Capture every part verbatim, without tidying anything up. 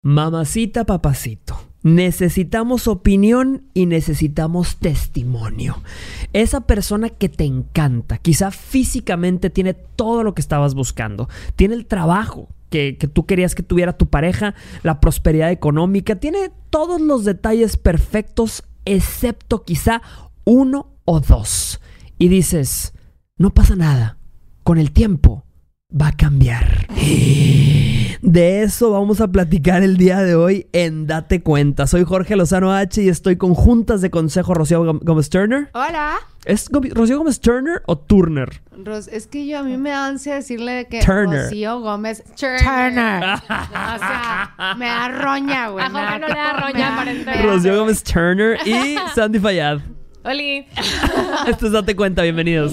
Mamacita, papacito. Necesitamos opinión y necesitamos testimonio. Esa persona que te encanta, quizá físicamente tiene todo lo que estabas buscando. Tiene el trabajo que, que tú querías que tuviera tu pareja, la prosperidad económica. Tiene todos los detalles perfectos, excepto quizá uno o dos. Y dices, no pasa nada. Con el tiempo va a cambiar. De eso vamos a platicar el día de hoy en Date Cuenta. Soy Jorge Lozano H y estoy con Juntas de Consejo Rocío Gómez Turner. Hola. ¿Es Rocío Gómez Turner o Turner? Ros- es que yo a mí me da ansia decirle que Turner. Rocío Gómez Turner. Turner. O sea, me da roña, güey. A me Jorge no le da me roña, da- aparentemente. me da- Rocío Gómez Turner y Sandy Fayad. Oli. Esto es Date Cuenta, bienvenidos.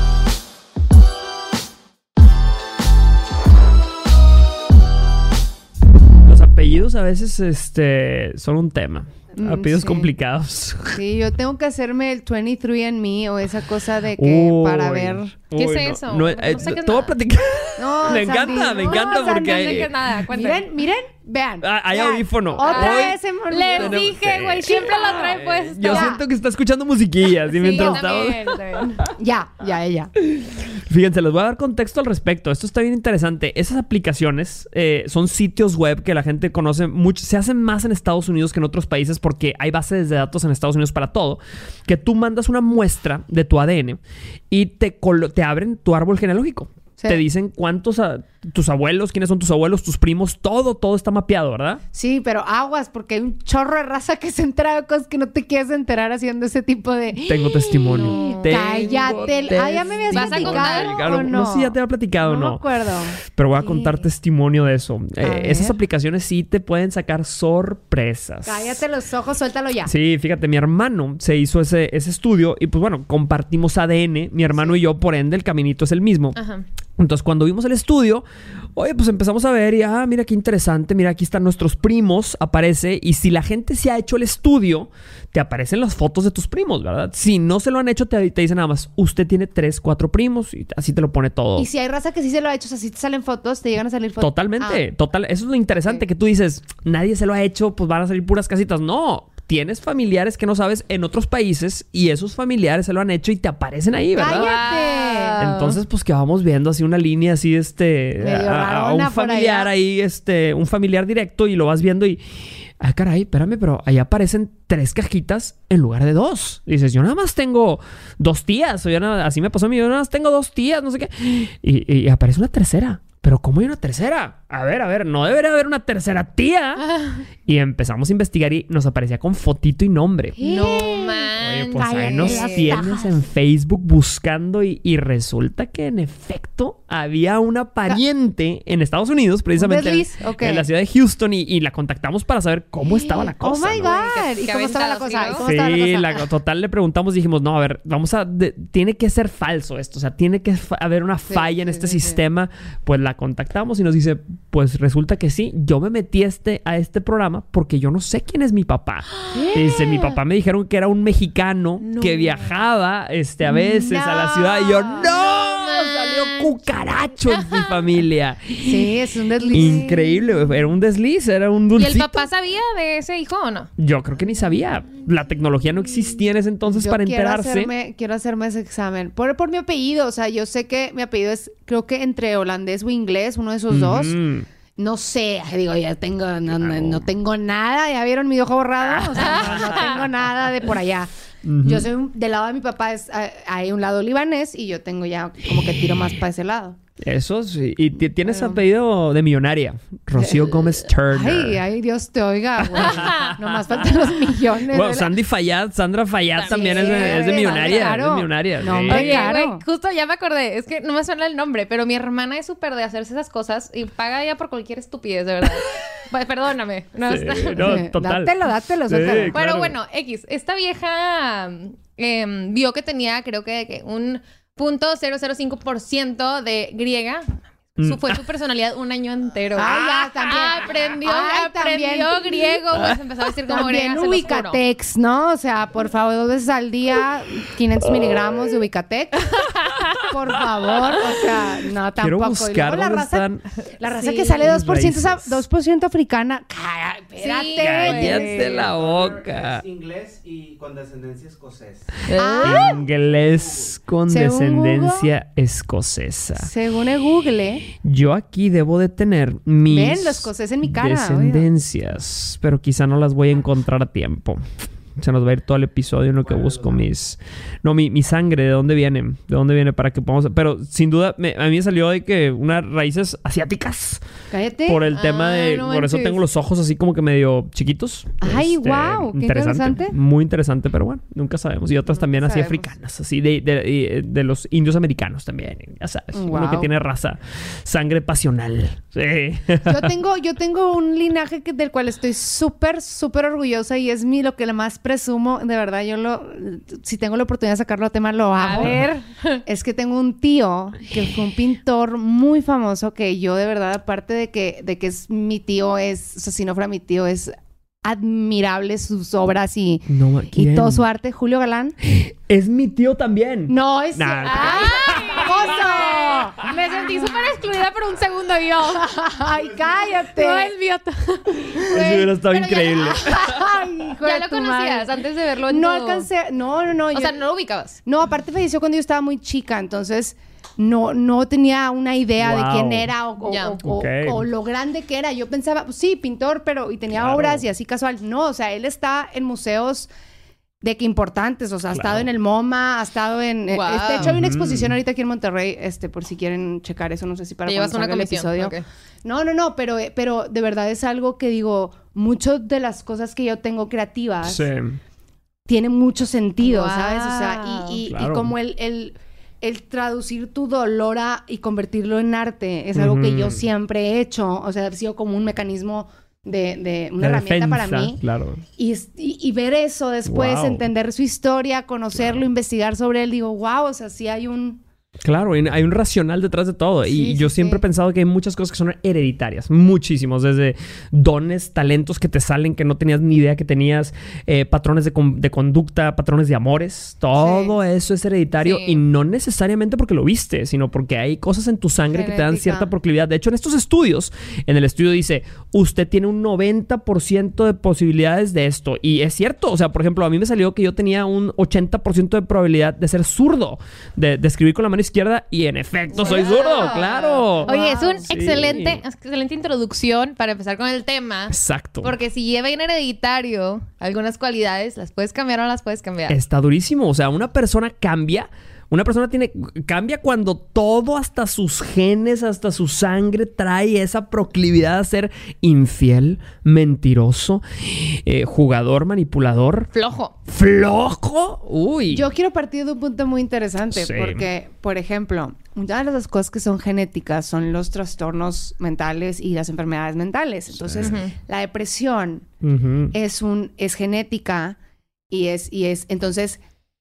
Los apellidos a veces este, son un tema. Mm, Apellidos sí. complicados. Sí, yo tengo que hacerme el veintitrés and me o esa cosa de que Uy, para ver. ¿Qué es uy, no, eso? No, No eh, sé qué es te voy a nada. platicar. No, Me Sandy, encanta, me no, encanta Sandy, porque No sé hay- qué es nada, cuéntame. Miren, miren, vean. Ah, hay vean. audífono. Otra Hoy- vez se me olvidó. Les Tenemos- dije, güey, sí. siempre lo trae puesto. Yo Ya. siento que está escuchando musiquillas. Y Sí, mientras yo estamos... también, también. Ya, ya, ya. Fíjense, les voy a dar contexto al respecto. Esto está bien interesante. Esas aplicaciones eh, son sitios web que la gente conoce mucho. Se hacen más en Estados Unidos que en otros países porque hay bases de datos en Estados Unidos para todo. Que tú mandas una muestra de tu A D N y te, colo- te abren tu árbol genealógico. Sí. Te dicen cuántos a- tus abuelos, quiénes son tus abuelos, tus primos, todo, todo está mapeado, ¿verdad? Sí, pero aguas, porque hay un chorro de raza que se entera de cosas que no te quieres enterar haciendo ese tipo de... Tengo testimonio. No, Tengo cállate. Ah, ya me habías ¿Vas a platicado contar? o no. No sé si ya te había platicado o No no. me acuerdo. Pero voy a Sí. contar testimonio de eso. Eh, ver. esas aplicaciones sí te pueden sacar sorpresas. Cállate los ojos, suéltalo ya. Sí, fíjate, mi hermano se hizo ese, ese estudio y pues bueno, compartimos A D N, mi hermano y yo, por ende el caminito es el mismo. Ajá. Entonces cuando vimos el estudio, oye, pues empezamos a ver y, ah, mira qué interesante, mira, aquí están nuestros primos, aparece, y si la gente se ha hecho el estudio, te aparecen las fotos de tus primos, ¿verdad? Si no se lo han hecho, te, te dicen nada más, usted tiene tres, cuatro primos, y así te lo pone todo. Y si hay raza que sí se lo ha hecho, o sea, si te salen fotos, te llegan a salir fotos. Totalmente, Ah. total. Eso es lo interesante, Sí. que tú dices, nadie se lo ha hecho, pues van a salir puras casitas. No, tienes familiares que no sabes en otros países y esos familiares se lo han hecho y te aparecen ahí, ¿verdad? ¡Cállate! Entonces, pues que vamos viendo así una línea así, este, Medio a, a rarona un por familiar allá. ahí, este, un familiar directo y lo vas viendo y, ah, caray, espérame, pero ahí aparecen tres cajitas en lugar de dos. Dices, yo nada más tengo dos tías, o yo nada, así me pasó a mí, yo nada más tengo dos tías, no sé qué. Y, y aparece una tercera. Pero ¿cómo hay una tercera? A ver, a ver, no debería haber una tercera tía. Y empezamos a investigar y nos aparecía con fotito y nombre. No Oye, man. pues ahí nos Cállate. tienes en Facebook buscando y, y resulta que en efecto había una pariente en Estados Unidos, precisamente en, desliz? Ok. en la ciudad de Houston, y, y la contactamos para saber cómo estaba la Oh cosa. my ¿no? God. Qué- ¿Y qué cómo estaba la aventados, cosa? ¿Y ¿no? cómo estaba Sí, la cosa? la, total le preguntamos, dijimos, no, a ver, vamos a, de- tiene que ser falso esto, o sea, tiene que fa- haber una Sí, falla en sí, este sí, sí. sistema. Pues la contactamos y nos dice, pues resulta que sí, yo me metí este, a este programa porque yo no sé quién es mi papá. Y dice, mi papá me dijeron que era un mexicano No. que viajaba este, a veces a la No. ciudad y yo, ¡no! manches. Salió cucaracho en mi familia. Sí, es un desliz. Increíble, era un desliz, era un ¿Y dulcito. el papá sabía de ese hijo o no? Yo creo que ni sabía. La tecnología no existía en ese entonces Yo para quiero enterarse. Hacerme, quiero hacerme ese examen. Por, por mi apellido. O sea, yo sé que mi apellido es, creo que entre holandés o inglés, uno de esos dos. Ujú. No sé, digo, ya tengo, no, no, no tengo nada. ¿Ya vieron mi ojo borrado? O sea, no, no tengo nada de por allá. Ujú. Yo soy, un- del lado de mi papá es, ah, hay un lado libanés y yo tengo ya como que tiro más para ese lado. Eso sí. Y ti- tienes Bueno. apellido de millonaria. Rocío Gómez Turner. Ay, ay, Dios te oiga, güey. Nomás faltan los millones. Bueno, ¿verdad? Sandy Fayad, Sandra Fayad también es de, es de Sí, millonaria. claro. Es de millonaria. No, sí. hombre, Oye, claro. güey, justo ya me acordé. Es que no me suena el nombre, pero mi hermana es súper de hacerse esas cosas y paga ya por cualquier estupidez, de verdad. Pues, perdóname. No, Sí, está- no, total. Dátelo, dátelo, Sí, suéltalo. Pero claro. bueno, X, esta vieja em, vio que tenía, creo que, que un punto cero cero cinco por ciento de griega. Su, fue su personalidad un año entero. Ah, ya, también. Ah, aprendió, Ay, aprendió también. griego. Pues empezó a decir como También griega, se los juro. Ubicatex, ¿no? O sea, por favor, dos veces al día, quinientos miligramos de Ubicatex. Por favor, o sea, no, tampoco. Quiero Y buscar luego la dónde raza, están. la raza Sí, que sale dos por ciento, raíces. dos por ciento africana. Cá- Espérate. Sí, Cállate la boca. Es inglés y con descendencia escocesa. Ah, Inglés con Según descendencia escocesa. según el Google, Yo aquí debo de tener mis Ven, lo escocés en mi cara, descendencias, pero quizá no las voy a encontrar a tiempo. Se nos va a ir todo el episodio en lo que busco mis... No, mi, mi sangre, ¿de dónde viene? ¿De dónde viene? Para que podamos... Pero sin duda, me- a mí me salió de que unas raíces asiáticas. cállate. Por el tema Ay, de... no por eso manches. tengo los ojos así como que medio chiquitos. Ay, guau, qué interesante. Muy interesante, pero bueno, nunca sabemos. Y otras Nunca también así sabemos. africanas, así de, de, de los indios americanos también. Ya sabes, uno Guau. que tiene raza, sangre pasional. Sí. Yo tengo, yo tengo un linaje que, del cual estoy súper, súper orgullosa y es mi lo que más presumo. De verdad, yo lo... Si tengo la oportunidad de sacarlo a tema, lo A hago. ver. Es que tengo un tío que fue un pintor muy famoso que yo de verdad, aparte de que, de que es mi tío, es... O sea, si no fuera mi tío, es admirable sus obras y, No, ma- y ¿quién? todo su arte. Julio Galán. Es mi tío también. No, es... Nah, ¡Ay, famoso! Me sentí súper excluida por un segundo yo. ¡Ay, cállate! No es mío. Eso hubiera estado Pero ya- increíble. Ay, hijo Ya de lo tu conocías madre. antes de verlo en No todo. alcancé... No, no, no. O yo- sea, no lo ubicabas. No, aparte falleció cuando yo estaba muy chica, entonces no, no tenía una idea Wow. de quién era o, o- Ya. o- o- Ok. o lo grande que era. Yo pensaba, pues, sí, pintor, pero y tenía Claro. obras y así casual. No, o sea, él está en museos de que importantes, o sea, ha Claro. estado en el MoMA, ha estado en... eh, Wow. este, de hecho, hay una Ujú. exposición ahorita aquí en Monterrey, este, por si quieren checar eso, no sé si para Te cuando llevas una salga el comisión. episodio. Ok. No, no, no, pero, eh, pero de verdad es algo que digo, muchas de las cosas que yo tengo creativas Sí. tiene mucho sentido, Wow. ¿sabes? O sea, y, y, Claro. y como el, el, el traducir tu dolor a- y convertirlo en arte es algo que Ujú. yo siempre he hecho. O sea, ha sido como un mecanismo de, de una De herramienta para defensa, mí. Claro. Y, es- y, y ver eso después, Wow. entender su historia, conocerlo, Claro. investigar sobre él, digo, wow, o sea, sí hay un... Claro, hay hay un racional detrás de todo. Sí, y yo sí, siempre sí. he pensado que hay muchas cosas que son hereditarias. Muchísimos. Desde dones, talentos que te salen que no tenías ni idea que tenías. eh, patrones de, con- de conducta, patrones de amores. Todo eso es hereditario. Sí. Y no necesariamente porque lo viste, sino porque hay cosas en tu sangre que te dan Genética. cierta proclividad. De hecho, en estos estudios, en el estudio dice, usted tiene un noventa por ciento de posibilidades de esto. Y es cierto. O sea, por ejemplo, a mí me salió que yo tenía un ochenta por ciento de probabilidad de ser zurdo. De, de escribir con la mano izquierda y en efecto soy zurdo, claro. Oye, es un Sí. excelente, excelente introducción para empezar con el tema. Exacto. Porque si lleva en hereditario algunas cualidades, las puedes cambiar o no las puedes cambiar. Está durísimo. O sea, una persona cambia. Una persona tiene cambia cuando todo, hasta sus genes, hasta su sangre, trae esa proclividad a ser infiel, mentiroso, eh, jugador, manipulador, Flojo. flojo. Uy. Yo quiero partir de un punto muy interesante Sí. porque, por ejemplo, una de las cosas que son genéticas son los trastornos mentales y las enfermedades mentales. Entonces, Ujú. la depresión Ujú. es un es genética y es y es entonces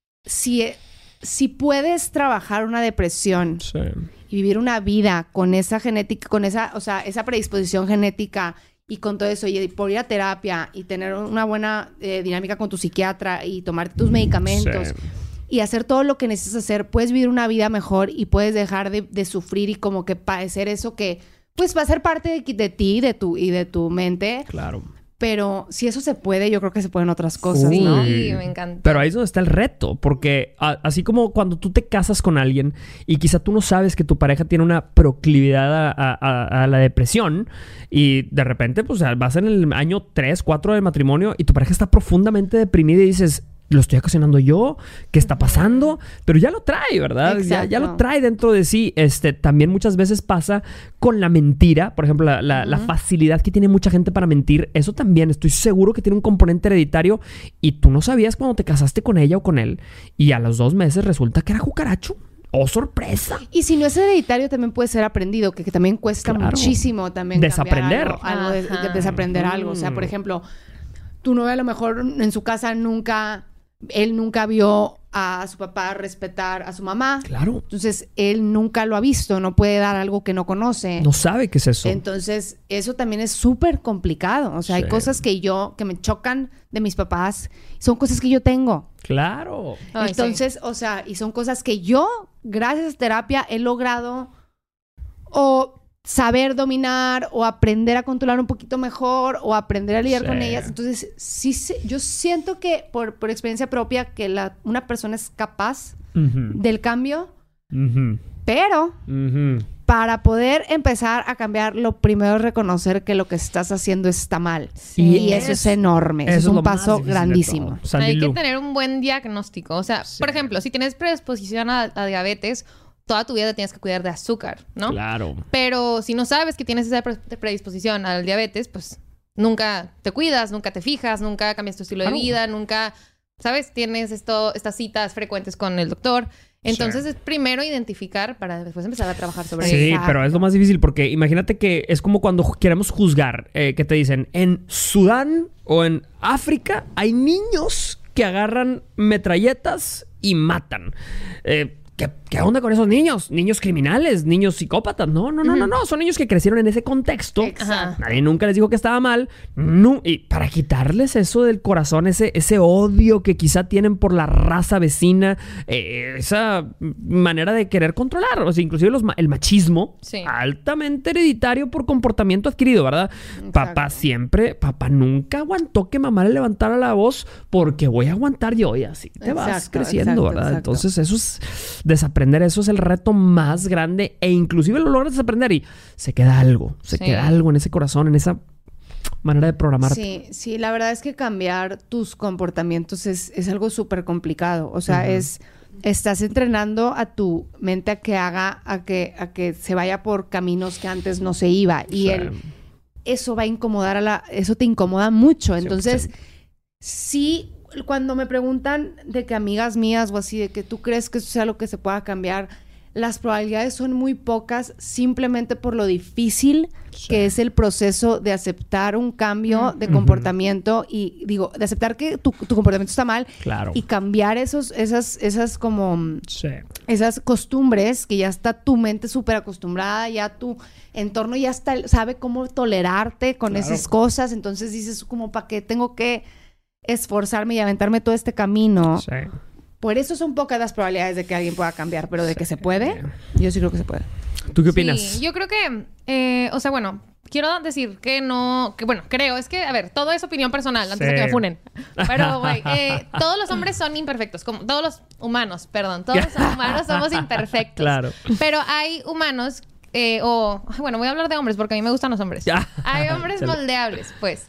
si si puedes trabajar una depresión Sí. y vivir una vida con esa genética, con esa, o sea, esa predisposición genética y con todo eso, y por ir a terapia y tener una buena eh, dinámica con tu psiquiatra y tomar tus medicamentos Sí. y hacer todo lo que necesitas hacer, puedes vivir una vida mejor y puedes dejar de, de sufrir y como que padecer eso que pues va a ser parte de, de ti de tu, y de tu mente. Claro. Pero si eso se puede, yo creo que se pueden otras cosas, Sí, ¿no? me encanta. Pero ahí es donde está el reto, porque a- así como cuando tú te casas con alguien y quizá tú no sabes que tu pareja tiene una proclividad a, a- a- a la depresión y de repente pues vas en el año tres, cuatro del matrimonio y tu pareja está profundamente deprimida y dices... ¿Lo estoy ocasionando yo? ¿Qué está pasando? Pero ya lo trae, ¿verdad? Ya, ya lo Exacto. trae dentro de sí. Este, también muchas veces pasa con la mentira. Por ejemplo, la, la- la facilidad que tiene mucha gente para mentir. Eso también estoy seguro que tiene un componente hereditario. Y tú no sabías cuando te casaste con ella o con él. Y a los dos meses resulta que era cucaracho. ¡Oh, sorpresa! Y si no es hereditario, también puede ser aprendido, que, que también cuesta Claro. muchísimo también Desaprender. cambiar algo, algo de- de, Ajá. desaprender algo. O sea, por ejemplo, tu novia a lo mejor en su casa nunca, él nunca vio a su papá, respetar a su mamá. Claro. Entonces, él nunca lo ha visto, no puede dar algo que no conoce. No sabe qué es eso. Entonces, eso también es súper complicado. O sea, Sí. hay cosas que yo, que me chocan de mis papás, son cosas que yo tengo. Claro. Ay, Entonces, o sea, y son cosas que yo, gracias a terapia, he logrado o saber dominar o aprender a controlar un poquito mejor o aprender a lidiar Sí. con ellas. Entonces, sí, sí, yo siento que por, por experiencia propia que la, una persona es capaz Ujú. del cambio, Ujú. pero Ujú. para poder empezar a cambiar, lo primero es reconocer que lo que estás haciendo está mal. Sí. Y eso es enorme. Eso, es lo un más paso difícil de grandísimo. todo. Sandy Hay que Lu. tener un buen diagnóstico. O sea, Sí. por ejemplo, si tienes predisposición a, a diabetes, toda tu vida te tienes que cuidar de azúcar, ¿no? Claro. Pero si no sabes que tienes esa pre- predisposición al diabetes, pues nunca te cuidas, nunca te fijas, nunca cambias tu estilo Claro. de vida, nunca, ¿sabes? Tienes esto, estas citas frecuentes con el doctor. Entonces Sí. es primero identificar para después empezar a trabajar sobre Sí, eso. pero es lo más difícil porque imagínate que es como cuando ju- queremos juzgar, eh, que te dicen, en Sudán o en África hay niños que agarran metralletas y matan. Eh, ¿qué, ¿Qué onda con esos niños? Niños criminales, niños psicópatas. No, no, no, no, no. Son niños que crecieron en ese contexto. Exacto. Nadie nunca les dijo que estaba mal. No, y para quitarles eso del corazón, ese, ese odio que quizá tienen por la raza vecina, eh, esa manera de querer controlar, o sea, inclusive los, ma- el machismo, Sí. altamente hereditario por comportamiento adquirido, ¿verdad? Papá siempre, papá nunca aguantó que mamá le levantara la voz porque voy a aguantar yo y así te vas Exacto, creciendo, exacto, ¿verdad? exacto. Entonces eso es, desaprender eso es el reto más grande e inclusive lo logras desaprender y se queda algo, se Sí. queda algo en ese corazón, en esa manera de programarte. Sí, sí, la verdad es que cambiar tus comportamientos es, es algo súper complicado. O sea, Ujú. es... Estás entrenando a tu mente a que haga, a que, a que se vaya por caminos que antes no se iba. Y Sí. el, eso va a incomodar a la... Eso te incomoda mucho. cien por Entonces, ciento. sí, cuando me preguntan de que amigas mías o así, de que tú crees que eso sea lo que se pueda cambiar, las probabilidades son muy pocas simplemente por lo difícil Sí. que es el proceso de aceptar un cambio de Ujú. comportamiento y digo, de aceptar que tu, tu comportamiento está mal Claro. y cambiar esos, esas, esas como Sí. esas costumbres que ya está tu mente súper acostumbrada, ya tu entorno ya está, sabe cómo tolerarte con Claro. esas cosas, entonces dices como, ¿para qué tengo que esforzarme y aventarme todo este camino? Sí. Por eso son pocas las probabilidades de que alguien pueda cambiar, pero de que se puede, yo sí creo que se puede. ¿Tú qué opinas? Sí, yo creo que, eh, o sea, bueno, quiero decir que no, que bueno, creo, es que, a ver, todo es opinión personal, antes de Sí. que me funen. Pero, güey, eh, todos los hombres son imperfectos, como todos los humanos, perdón, todos los humanos somos imperfectos. Claro. Pero hay humanos, eh, o, ay, bueno, voy a hablar de hombres porque a mí me gustan los hombres. Ya. Hay hombres Chale. moldeables, pues.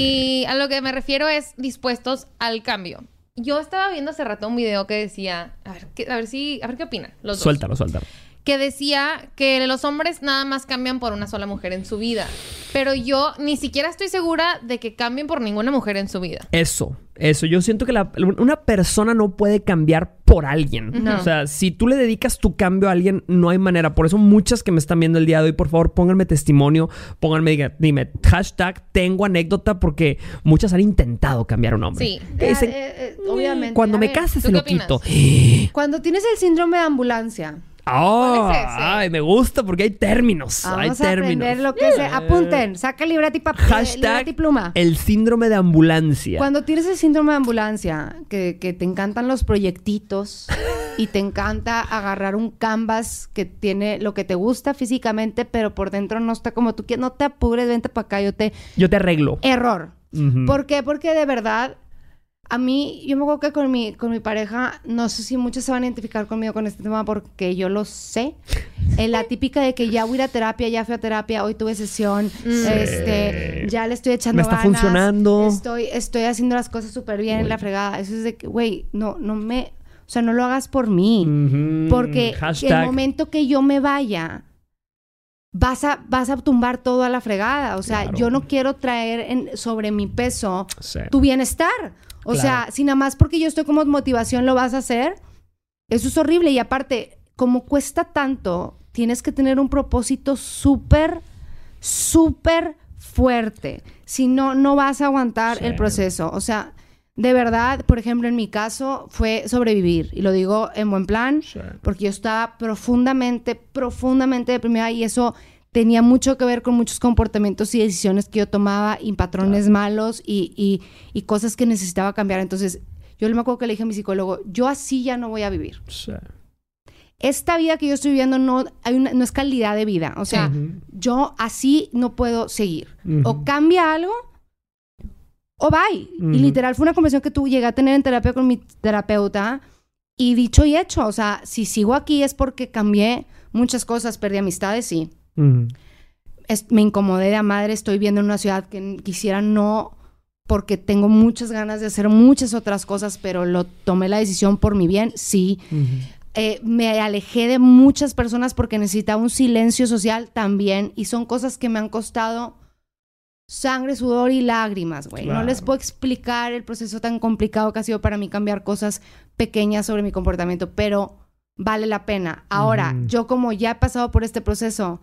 Y a lo que me refiero es dispuestos al cambio. Yo estaba viendo hace rato un video que decía, a ver, ¿qué- a ver si, a ver qué opinan los dos. Suéltalo, suéltalo. Que decía que los hombres nada más cambian por una sola mujer en su vida. Pero yo ni siquiera estoy segura de que cambien por ninguna mujer en su vida. Eso, eso. Yo siento que la- una persona no puede cambiar por alguien. No. O sea, si tú le dedicas tu cambio a alguien, no hay manera. Por eso muchas que me están viendo el día de hoy, por favor, pónganme testimonio, pónganme, diga- dime, hashtag, tengo anécdota, porque muchas han intentado cambiar a un hombre. Sí. Que dicen, Eh, eh, obviamente. cuando A me ver, case ¿tú se qué lo opinas? quito. Cuando tienes el síndrome de ambulancia, Oh, ¿Cuál es ese? ay, me gusta porque hay términos. hay vamos a términos. aprender lo que se... Apunten, saca libreta y, pap- eh, libreta Hashtag y pluma. el síndrome de ambulancia. Cuando tienes el síndrome de ambulancia, que, que te encantan los proyectitos y te encanta agarrar un canvas que tiene lo que te gusta físicamente, pero por dentro no está como tú quieres, no te apures, vente para acá, yo te... Yo te arreglo. Error. Ujú. ¿Por qué? Porque de verdad, a mí, yo me acuerdo que con mi, con mi pareja, no sé si muchos se van a identificar conmigo con este tema porque yo lo sé. En la típica de que ya voy a ir a terapia, ya fui a terapia, hoy tuve sesión, este, ya le estoy echando Me está ganas, funcionando. Estoy, estoy haciendo las cosas súper bien, la fregada. Eso es de que, güey, no, no me... O sea, no lo hagas por mí. Ujú. Porque Hashtag. el momento que yo me vaya, vas a, vas a tumbar todo a la fregada. O sea, Claro. yo no quiero traer en- sobre mi peso Sí. tu bienestar. O Claro. sea, si nada más porque yo estoy como motivación lo vas a hacer, eso es horrible. Y aparte, como cuesta tanto, tienes que tener un propósito súper, súper fuerte. Si no, no vas a aguantar Sí. el proceso. O sea, de verdad, por ejemplo, en mi caso fue sobrevivir. Y lo digo en buen plan, Sí. porque yo estaba profundamente, profundamente deprimida y eso tenía mucho que ver con muchos comportamientos y decisiones que yo tomaba y patrones Claro. malos y, y, y cosas que necesitaba cambiar. Entonces, yo me acuerdo que le dije a mi psicólogo, yo así ya no voy a vivir. Sí. Esta vida que yo estoy viviendo no, hay una, no es calidad de vida. O sea, Ujú. yo así no puedo seguir. Ujú. O cambia algo o bye. Ujú. Y literal fue una conversación que tú llegué a tener en terapia con mi terapeuta y dicho y hecho. O sea, si sigo aquí es porque cambié muchas cosas, perdí amistades, sí. Ujú. Es- me incomodé de a madre, estoy viviendo en una ciudad que quisiera no, porque tengo muchas ganas de hacer muchas otras cosas, pero lo tomé la decisión por mi bien, sí. Ujú. Eh, me alejé de muchas personas porque necesitaba un silencio social también, y son cosas que me han costado sangre, sudor y lágrimas, güey. Claro. No les puedo explicar el proceso tan complicado que ha sido para mí cambiar cosas pequeñas sobre mi comportamiento, pero vale la pena. Ahora, Ujú. yo como ya he pasado por este proceso,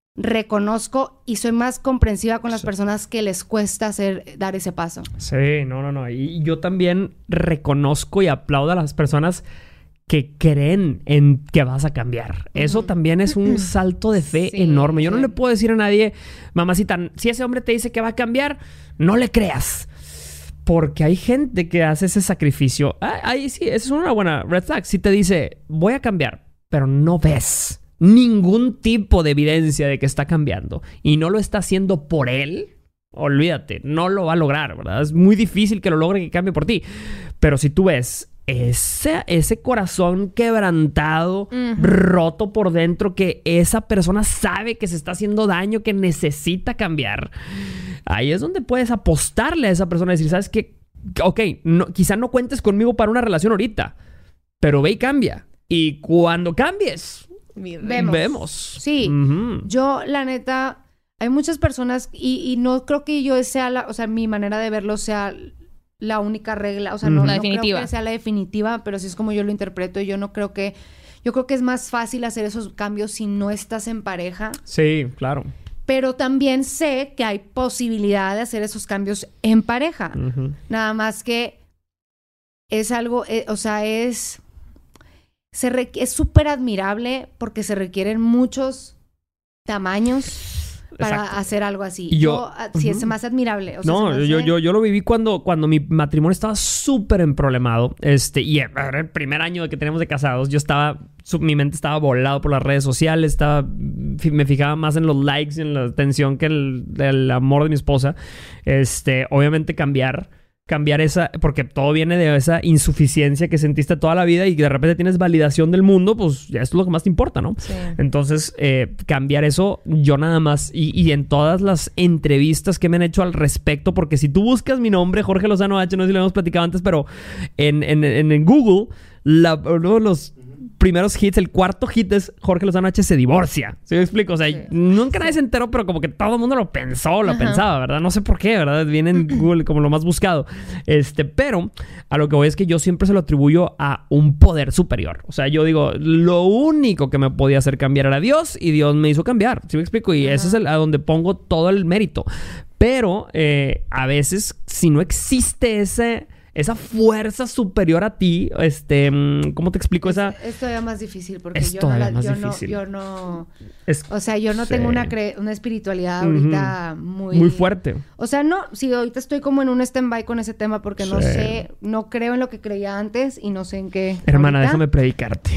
reconozco y soy más comprensiva con las Sí. personas que les cuesta hacer, dar ese paso. Sí, no, no, no. Y yo también reconozco y aplaudo a las personas que creen en que vas a cambiar. Eso Ujú. también es un salto de fe Sí, enorme. Yo no sí. le puedo decir a nadie, mamacita, si ese hombre te dice que va a cambiar, no le creas. Porque hay gente que hace ese sacrificio. Ah, ahí sí, esa es una buena red flag. Si te dice, voy a cambiar, pero no ves ningún tipo de evidencia de que está cambiando y no lo está haciendo por él, olvídate, no lo va a lograr, ¿verdad? Es muy difícil que lo logre, que cambie por ti. Pero si tú ves ese, ese corazón quebrantado, Ujú. roto por dentro, que esa persona sabe que se está haciendo daño, que necesita cambiar, ahí es donde puedes apostarle a esa persona y decir, ¿sabes qué? Ok, no, quizá no cuentes conmigo para una relación ahorita, pero ve y cambia. Y cuando cambies, Mi rey. Vemos. vemos. Sí. Ujú. Yo, la neta, hay muchas personas y, y no creo que yo sea la, o sea, mi manera de verlo sea la única regla, o sea, no, Ujú. La no creo definitiva. que sea la definitiva, pero sí es como yo lo interpreto y yo no creo que, yo creo que es más fácil hacer esos cambios si no estás en pareja, Sí, claro. pero también sé que hay posibilidad de hacer esos cambios en pareja, Ujú. nada más que es algo, eh, o sea, es... Se requ- es súper admirable porque se requieren muchos tamaños para Exacto. hacer algo así. Y yo- yo, ah, sí, es Ujú. más admirable. O sea, No, se me yo, hace- yo, yo lo viví cuando, cuando mi matrimonio estaba súper emproblemado. Este, y era el primer año que teníamos de casados. Yo estaba, su- mi mente estaba volado por las redes sociales. Estaba, fi- me fijaba más en los likes y en la atención que el, el amor de mi esposa. Este, obviamente cambiar, cambiar esa, porque todo viene de esa insuficiencia que sentiste toda la vida y que de repente tienes validación del mundo, pues ya esto es lo que más te importa, ¿no? Sí. Entonces, eh, cambiar eso, yo nada más, y, y en todas las entrevistas que me han hecho al respecto, porque si tú buscas mi nombre, Jorge Lozano H, no sé si lo hemos platicado antes, pero en, en, en, en Google, la, uno de los primeros hits, el cuarto hit es Jorge Lozano H se divorcia. ¿Sí me explico? O sea, Sí. nunca nadie se enteró, pero como que todo el mundo lo pensó, lo Ajá. pensaba, ¿verdad? No sé por qué, ¿verdad? Viene en Google como lo más buscado. Este, pero a lo que voy es que yo siempre se lo atribuyo a un poder superior. O sea, yo digo, lo único que me podía hacer cambiar era Dios y Dios me hizo cambiar. ¿Sí me explico? Y Ajá. ese es el, a donde pongo todo el mérito. Pero eh, a veces, si no existe ese... esa fuerza superior a ti, este, mm, ¿cómo te explico? Es, Esa es todavía más difícil porque Es yo no, todavía la- más yo, difícil. no, yo no... es O sea, yo no Sí. tengo una, cre- una espiritualidad Ujú. ahorita muy... muy fuerte. O sea, no, sí, ahorita estoy como en un stand-by con ese tema porque no Sí. sé, no creo en lo que creía antes y no sé en qué. Hermana, ahorita. déjame predicarte.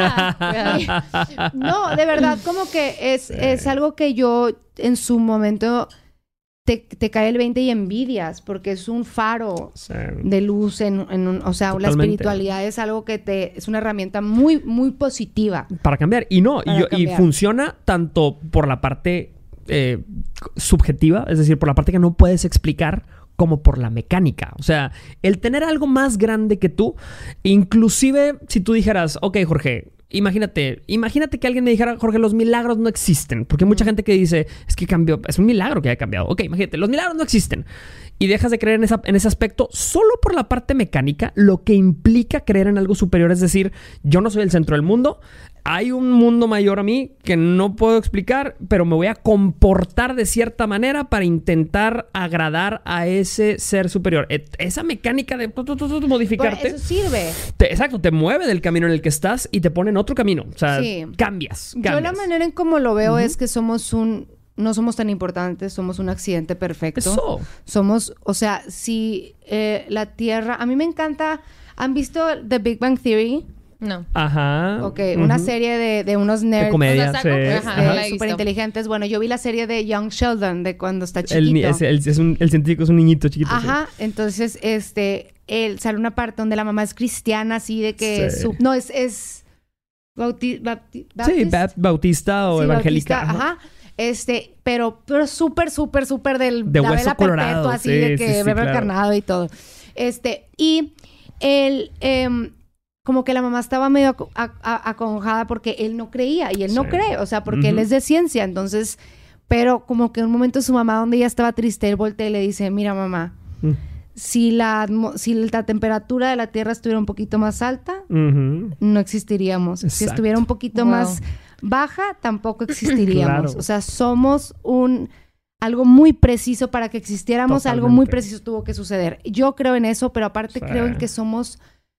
No, de verdad, como que es, es algo que yo en su momento te, te cae el veinte y envidias, porque es un faro Sí. de luz en, en un, o sea, la Totalmente. espiritualidad es algo que te, es una herramienta muy, muy positiva. Para cambiar. Y no, y, Para yo- y cambiar. funciona tanto por la parte eh, subjetiva, es decir, por la parte que no puedes explicar, como por la mecánica. O sea, el tener algo más grande que tú, inclusive si tú dijeras, ok, Jorge, imagínate, imagínate que alguien me dijera, Jorge, los milagros no existen. Porque hay mucha gente que dice, es que cambió, es un milagro que haya cambiado. Ok, imagínate, los milagros no existen. y dejas de creer en, esa, en ese aspecto solo por la parte mecánica, lo que implica creer en algo superior. Es decir, yo no soy el centro del mundo, hay un mundo mayor a mí que no puedo explicar, pero me voy a comportar de cierta manera para intentar agradar a ese ser superior. Et- esa mecánica de tu, tu, tu, tu, modificarte... Por eso sirve. Te, exacto, te mueve del camino en el que estás y te pone en otro camino. O sea, Sí. cambias, cambias. Yo la manera en cómo lo veo es que somos un... No somos tan importantes, somos un accidente perfecto. Eso. Somos, o sea, si eh, la Tierra... A mí me encanta... ¿Han visto The Big Bang Theory? No. Ajá. Ok, una Ujú. serie de, de unos nerds. De comedia, ¿Los sí. saco? Ajá, no la he súper visto. inteligentes. Bueno, yo vi la serie de Young Sheldon, de cuando está chiquito. El, ni- es, el, es un, el científico es un niñito chiquito. sí. Ajá, entonces, este... Él sale una parte donde la mamá es cristiana, así de que... Sí. su- no, es... es bauti, bapti- Sí, Baptist. ba- bautista o Sí, evangélica. bautista, ajá. Este, pero, pero súper, súper, súper del De la hueso vela colorado, perpetua, así sí, de sí, que sí, bebe claro. carnado y todo. Este, y él, em, como que la mamá estaba medio aco- a- a- aconjada porque él no creía y él no Sí. cree, o sea, porque él Ujú. es de ciencia, entonces, pero como que en un momento su mamá, donde ella estaba triste, él voltea y le dice, mira mamá, Mm. si la, atmo- si la temperatura de la Tierra estuviera un poquito más alta, Ujú. no existiríamos. Si Exacto. estuviera un poquito Wow. más baja, tampoco existiríamos. Claro. O sea, somos un algo muy preciso para que existiéramos, algo muy Totalmente. preciso tuvo que suceder. Yo creo en eso, pero aparte Sí. creo en que somos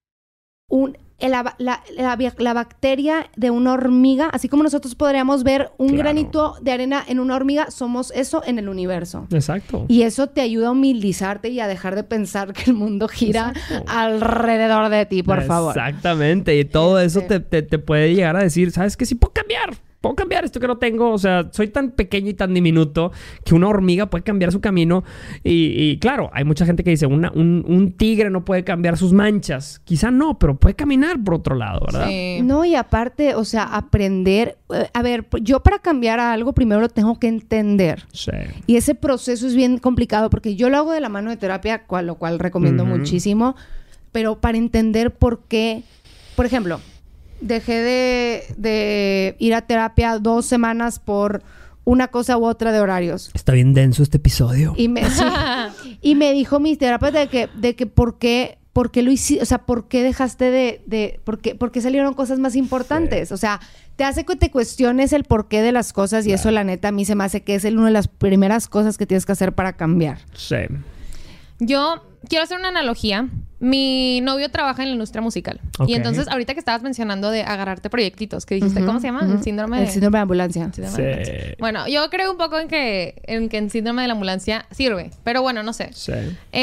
un la, la, la, la bacteria de una hormiga, así como nosotros podríamos ver un Claro. granito de arena en una hormiga, somos eso en el universo. Exacto. Y eso te ayuda a humildizarte y a dejar de pensar que el mundo gira Exacto. alrededor de ti, por favor. Exactamente. Y todo eso Este- te, te, te puede llegar a decir, ¿sabes qué? Sí puedo cambiar. Puedo cambiar esto que no tengo. O sea, soy tan pequeño y tan diminuto que una hormiga puede cambiar su camino. Y, y claro, hay mucha gente que dice, una, un, un tigre no puede cambiar sus manchas. Quizá no, pero puede caminar por otro lado, ¿verdad? Sí. No, y aparte, o sea, aprender. eh, A ver, yo para cambiar a algo primero lo tengo que entender. Sí. Y ese proceso es bien complicado porque yo lo hago de la mano de terapia, cual, lo cual recomiendo Ujú. muchísimo. Pero para entender por qué, por ejemplo, dejé de, de ir a terapia dos semanas por una cosa u otra de horarios. Está bien denso este episodio. Y me, sí. Y me dijo mi terapeuta de que, de que por qué, por qué lo hiciste, o sea, por qué dejaste de, de por qué, por qué salieron cosas más importantes. O sea, te hace que te cuestiones el porqué de las cosas y eso la neta a mí se me hace que es el- una de las primeras cosas que tienes que hacer para cambiar. Sí. Yo quiero hacer una analogía. Mi novio trabaja en la industria musical. Ok. Y entonces, ahorita que estabas mencionando de agarrarte proyectitos, que dijiste, Ujú, ¿cómo se llama? ujú. El síndrome El de... síndrome de ambulancia. síndrome Sí. de la ambulancia. Bueno, yo creo un poco en que, en que el síndrome de la ambulancia sirve. Pero bueno, no sé. Sí.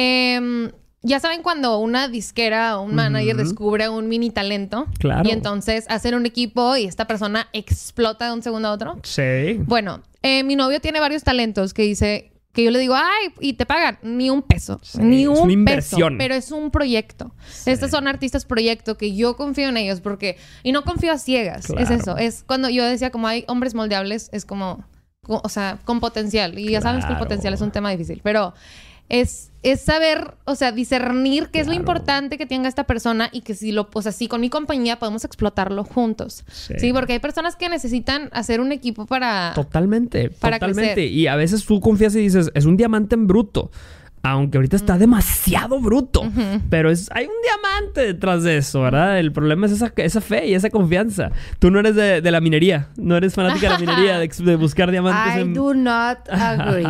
Em, ya saben cuando una disquera o un manager Ujú. descubre un mini talento. Claro. Y entonces hacen un equipo y esta persona explota de un segundo a otro. Sí. Bueno, eh, mi novio tiene varios talentos que dice... Que yo le digo, ay, y te pagan. Ni un peso. Sí, Ni es un una peso. inversión. Pero es un proyecto. Estos son artistas proyecto que yo confío en ellos porque... Y no confío a ciegas. Es Claro. eso. Es cuando yo decía como hay hombres moldeables, es como... co- O sea, con potencial. Y ya sabes que el Claro. potencial es un tema difícil. Pero es, es saber, o sea, discernir qué es lo Claro. importante que tenga esta persona y que si lo... O sea, si con mi compañía podemos explotarlo juntos. Sí. Sí, porque hay personas que necesitan hacer un equipo para... Totalmente, Para totalmente. crecer. Y a veces tú confías y dices, es un diamante en bruto. Aunque ahorita está demasiado bruto. Ujú. Pero es, hay un diamante detrás de eso, ¿verdad? El problema es esa, esa fe y esa confianza. Tú no eres de, de la minería. No eres fanática de la minería, de, de buscar diamantes I en... do not agree.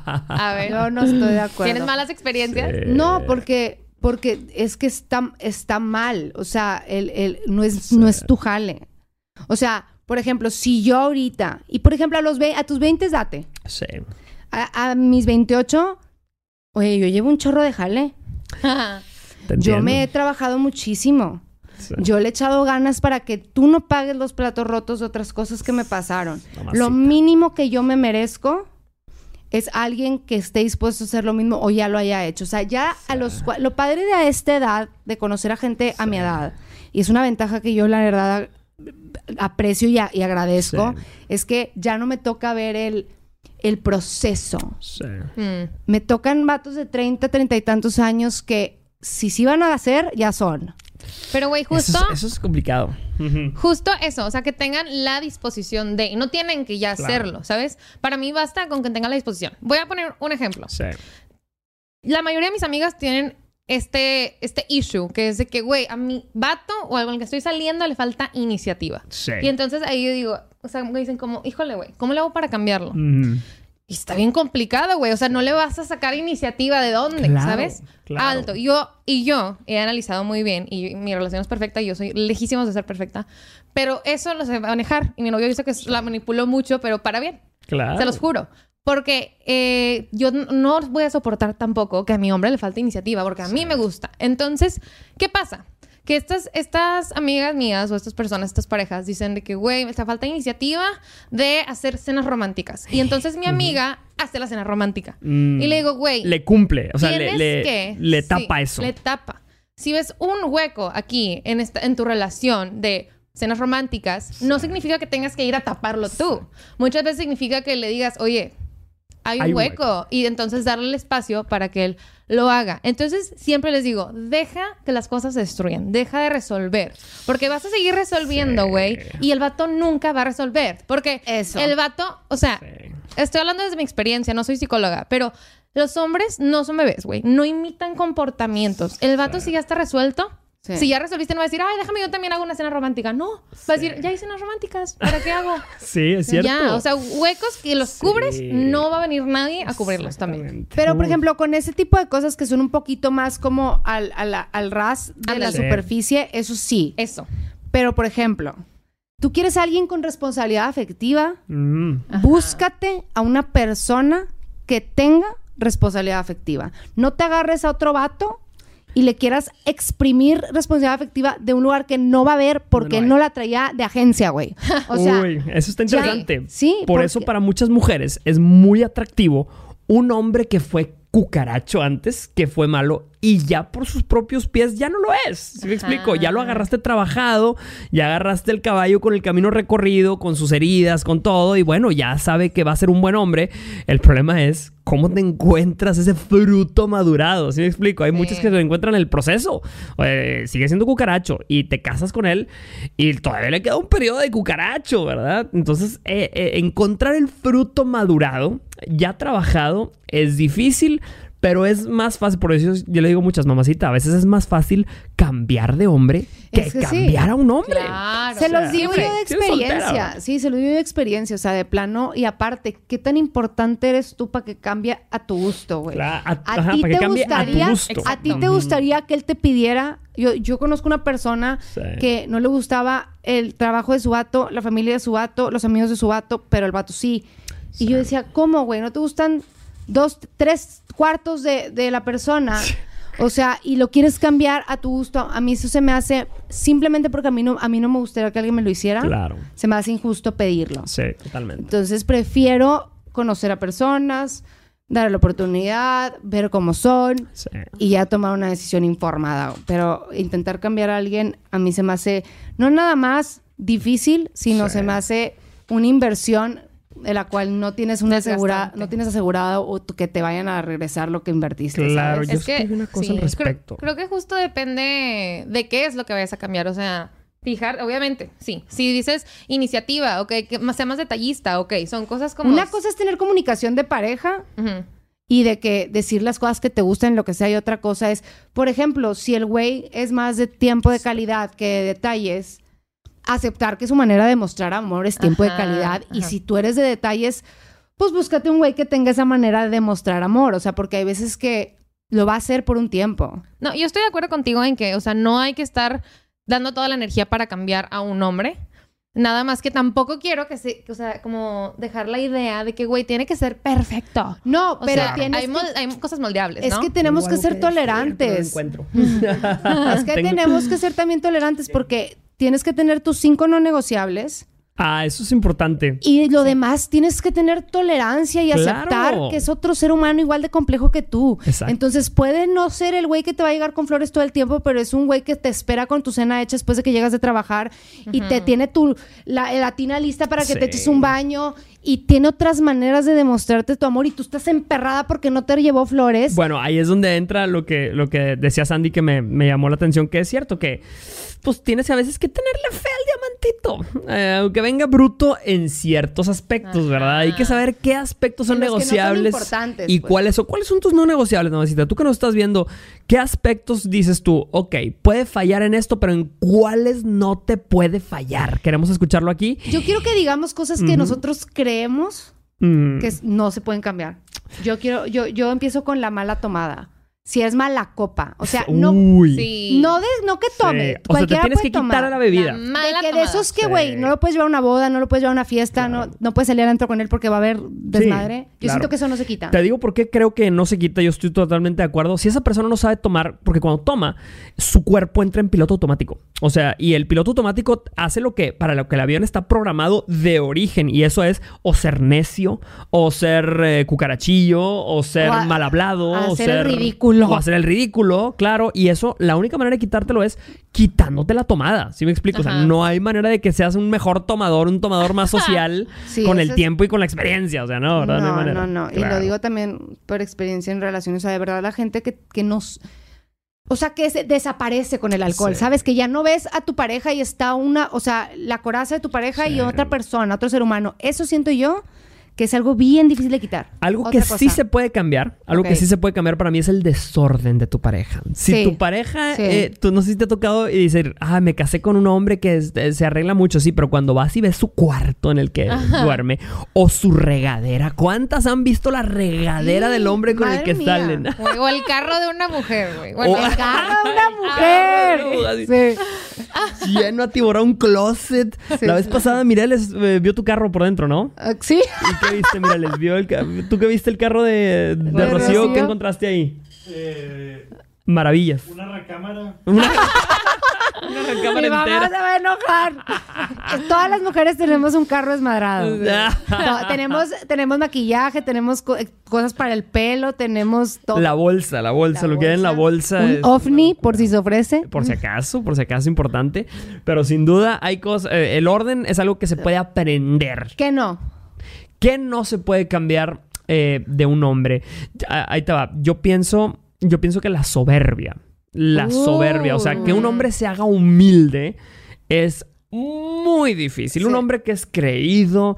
A ver. Yo no estoy de acuerdo. ¿Tienes malas experiencias? Sí. No, porque, porque es que está, está mal. O sea, el, el, no, es, no es tu jale. O sea, por ejemplo, si yo ahorita... Y por ejemplo, a, los ve- a tus veinte date. Sí. A, a mis veintiocho... Oye, yo llevo un chorro de jale. Te Yo entiendo. me he trabajado muchísimo. Sí. Yo le he echado ganas para que tú no pagues los platos rotos de otras cosas que me pasaron. Mamacita. Lo mínimo que yo me merezco es alguien que esté dispuesto a hacer lo mismo o ya lo haya hecho. O sea, ya a los... cua- Lo padre de a esta edad, de conocer a gente a mi edad, y es una ventaja que yo la verdad aprecio y, a- y agradezco, Sí. es que ya no me toca ver el, el proceso. Sí. Mm. Me tocan vatos de treinta, treinta y tantos años que si sí van a hacer, ya son. Pero, güey, justo... Eso es, eso es complicado. Ujú. Justo eso, o sea, que tengan la disposición de... Y no tienen que ya Claro. hacerlo, ¿sabes? Para mí basta con que tengan la disposición. Voy a poner un ejemplo. Sí. la mayoría de mis amigas tienen este, este issue, que es de que, güey, a mi vato o al con el que estoy saliendo le falta iniciativa. Sí. Y entonces ahí yo digo, o sea, me dicen como, híjole, güey, ¿cómo le hago para cambiarlo? Mm. Y está bien complicado, güey. O sea, no le vas a sacar iniciativa de dónde, Claro, ¿sabes? claro. Alto. Yo, y yo he analizado muy bien, y mi relación es perfecta, y yo soy lejísimos de ser perfecta, pero eso lo sé manejar. Y mi novio dice que la manipuló mucho, pero para bien. Claro. Se los juro. Porque eh, yo no voy a soportar tampoco que a mi hombre le falte iniciativa, porque a mí me gusta. Entonces, ¿qué pasa? Que estas, estas amigas mías o estas personas, estas parejas, dicen de que, güey, me falta iniciativa de hacer cenas románticas. Y entonces mi amiga hace la cena romántica. Mm. Y le digo, güey... Le cumple. O sea, le, tienes le, que- le sí, tapa eso. Le tapa. Si ves un hueco aquí en, esta, en tu relación de cenas románticas, no significa que tengas que ir a taparlo tú. Muchas veces significa que le digas, oye, hay un Hay un hueco. hueco. Y entonces darle el espacio para que él lo haga. Entonces, siempre les digo, deja que las cosas se destruyan. Deja de resolver. Porque vas a seguir resolviendo, Sí. güey. Y el vato nunca va a resolver. Porque Eso. el vato, o sea, Sí. estoy hablando desde mi experiencia, no soy psicóloga, pero los hombres no son bebés, güey. No imitan comportamientos. El vato, si ya está resuelto, Sí. si ya resolviste, no va a decir, ay, déjame, yo también hago una cena romántica. No, va a decir, ya hay cenas románticas, ¿para qué hago? Sí, es cierto. Ya, o sea, huecos que los Sí. cubres, no va a venir nadie a cubrirlos también. Exactamente. Pero, por Uy. ejemplo, con ese tipo de cosas que son un poquito más como al, al, al ras de la Ándale. superficie, eso sí. Eso. Pero, por ejemplo, tú quieres a alguien con responsabilidad afectiva, Mm. Ajá. búscate a una persona que tenga responsabilidad afectiva. No te agarres a otro vato y le quieras exprimir responsabilidad afectiva de un lugar que no va a haber porque No él hay. no la traía de agencia, güey. O sea, Uy, eso está ya- interesante. sí, Por porque- eso para muchas mujeres es muy atractivo un hombre que fue cucaracho antes, que fue malo, y ya por sus propios pies ya no lo es. ¿Sí me Ajá. explico? Ya lo agarraste trabajado, ya agarraste el caballo con el camino recorrido, con sus heridas, con todo, y bueno, ya sabe que va a ser un buen hombre. El problema es cómo te encuentras ese fruto madurado. ¿Sí me explico? Hay Sí. muchas que lo encuentran en el proceso. Eh, sigue siendo cucaracho y te casas con él y todavía le queda un periodo de cucaracho, ¿verdad? Entonces, eh, eh, encontrar el fruto madurado, ya trabajado, es difícil, pero es más fácil. Por eso yo le digo a muchas mamacitas, a veces es más fácil cambiar de hombre que, Es que sí. cambiar a un hombre. Claro. Se O sea, los digo siempre, yo de siempre experiencia. soltera. Sí, se los digo yo de experiencia. O sea, de plano. Y aparte, ¿qué tan importante eres tú para que cambie a tu gusto, güey? Claro, a- A ajá, ti para que te cambie a tu gustaría, gusto. a ti te gustaría que él te pidiera. Yo, yo conozco una persona Sí. que no le gustaba el trabajo de su vato, la familia de su vato, los amigos de su vato, pero el vato sí. Y yo decía, ¿cómo, güey? ¿No te gustan dos, tres cuartos de, de la persona? O sea, y lo quieres cambiar a tu gusto. A mí eso se me hace simplemente porque a mí no, a mí no me gustaría que alguien me lo hiciera. Claro. Se me hace injusto pedirlo. Sí, totalmente. Entonces prefiero conocer a personas, darle la oportunidad, ver cómo son Sí. y ya tomar una decisión informada. Pero intentar cambiar a alguien a mí se me hace no nada más difícil, sino Sí. se me hace una inversión de la cual no tienes una asegura, Desgastante. no tienes asegurado o tú- que te vayan a regresar lo que invertiste. Claro, ¿sabes? yo Es que, escribí una cosa sí, al creo- respecto. Creo, que justo depende de qué es lo que vayas a cambiar. O sea, fijar, obviamente, sí. Si dices iniciativa, ok, que más- sea más detallista, ok. Son cosas como... Una cosa es tener comunicación de pareja Ujú. y de que decir las cosas que te gustan, lo que sea, y otra cosa es, por ejemplo, si el güey es más de tiempo de calidad que de detalles, aceptar que su manera de mostrar amor es tiempo Ajá, de calidad. Y ajá. si tú eres de detalles, pues búscate un güey que tenga esa manera de demostrar amor. O sea, porque hay veces que lo va a hacer por un tiempo. No, yo estoy de acuerdo contigo en que, o sea, no hay que estar dando toda la energía para cambiar a un hombre. Nada más que tampoco quiero que se, que, o sea, como dejar la idea de que, güey, tiene que ser perfecto. No, O pero sea, tienes hay, que- mol- hay cosas moldeables, es ¿no? que tenemos Tengo que algo ser decir, pero no lo tolerantes. encuentro. Es que Tengo- tenemos que ser también tolerantes porque tienes que tener tus cinco no negociables. Ah, eso es importante. Y lo demás, tienes que tener tolerancia y Claro. aceptar que es otro ser humano igual de complejo que tú. Exacto. Entonces, puede no ser el güey que te va a llegar con flores todo el tiempo, pero es un güey que te espera con tu cena hecha después de que llegas de trabajar y te tiene tu, la, la tina lista para que Sí. te eches un baño y tiene otras maneras de demostrarte tu amor y tú estás emperrada porque no te llevó flores. Bueno, ahí es donde entra lo que, lo que decía Sandy que me, me llamó la atención, que es cierto que pues tienes a veces que tenerle fe al diamantito. Eh, aunque venga bruto en ciertos aspectos, Ajá. ¿verdad? Hay que saber qué aspectos son En los que no son negociables. importantes, y pues. cuáles son, cuáles son tus no negociables, mamacita. Tú que nos estás viendo, ¿qué aspectos dices tú? Ok, puede fallar en esto, pero ¿en cuáles no te puede fallar? Queremos escucharlo aquí. Yo quiero que digamos cosas que Ujú. nosotros creemos Mm. que no se pueden cambiar. Yo quiero, yo, yo empiezo con la mala tomada. Si es mala copa. O sea, no, Uy. Sí. no, de, no que tome. Sí. O sea, te Cualquiera tienes puede que quitar tomar. la bebida. La De mala que de tomada. esos que, Sí. güey, no lo puedes llevar a una boda, no lo puedes llevar a una fiesta, Claro. no, no puedes salir adentro con él porque va a haber desmadre. Yo claro. siento que eso no se quita. Te digo por qué creo que no se quita. Yo estoy totalmente de acuerdo. Si esa persona no sabe tomar, porque cuando toma, su cuerpo entra en piloto automático. O sea, y el piloto automático hace lo que, para lo que el avión está programado de origen. Y eso es o ser necio, o ser eh, cucarachillo, o ser O a- mal hablado, o hacer el ser ridículo. O hacer el ridículo, claro. Y eso, la única manera de quitártelo es quitándote la tomada. ¿Sí me explico? O sea, Ajá. no hay manera de que seas un mejor tomador, un tomador más social Sí, con eso el es- tiempo y con la experiencia. O sea, no, ¿verdad? No, hay No, manera. no, no. Y Claro. lo digo también por experiencia en relaciones. O sea, de verdad, la gente que, que nos... O sea, que se desaparece con el alcohol. Sí. ¿Sabes? Que ya no ves a tu pareja y está una... O sea, la coraza de tu pareja Sí. y otra persona, otro ser humano. Eso siento yo que es algo bien difícil de quitar. Algo Otra que cosa. sí se puede cambiar, algo Ok. que sí se puede cambiar para mí es el desorden de tu pareja. Si Sí. tu pareja, Sí. eh, tú no sé si te ha tocado y decir, ah, me casé con un hombre que es- eh, se arregla mucho, sí, pero cuando vas y ves su cuarto en el que duerme o su regadera, ¿cuántas han visto la regadera Sí, del hombre con el madre que mía. salen? Güey, o el carro de una mujer, güey. O- Bueno, ¡El carro de una mujer! Así, Sí. lleno atiborrado un closet. Sí, la vez sí. pasada Mireles eh, vio tu carro por dentro, ¿no? Ah, sí. ¿Y qué viste, Mireles? ¿Vio el ca- ¿Tú qué viste el carro de, de De Rocío? Rocío. ¿Qué encontraste ahí? Eh, Maravillas. una recámara. Una, una Mi recámara mamá entera. se va a enojar. Todas las mujeres tenemos un carro desmadrado. No, tenemos, tenemos maquillaje, tenemos co- eh, cosas para el pelo, tenemos todo. La bolsa, la bolsa, La lo que hay en la bolsa. Un es- ovni, por si se ofrece. Por si acaso, por si acaso importante. Pero sin duda hay cosas. eh, el orden es algo que se puede aprender. ¿Qué no? ¿Qué no se puede cambiar eh, de un hombre? Ah, ahí te va. Yo pienso, yo pienso que la soberbia. La Uh. soberbia. O sea, que un hombre se haga humilde es muy difícil. Sí. Un hombre que es creído,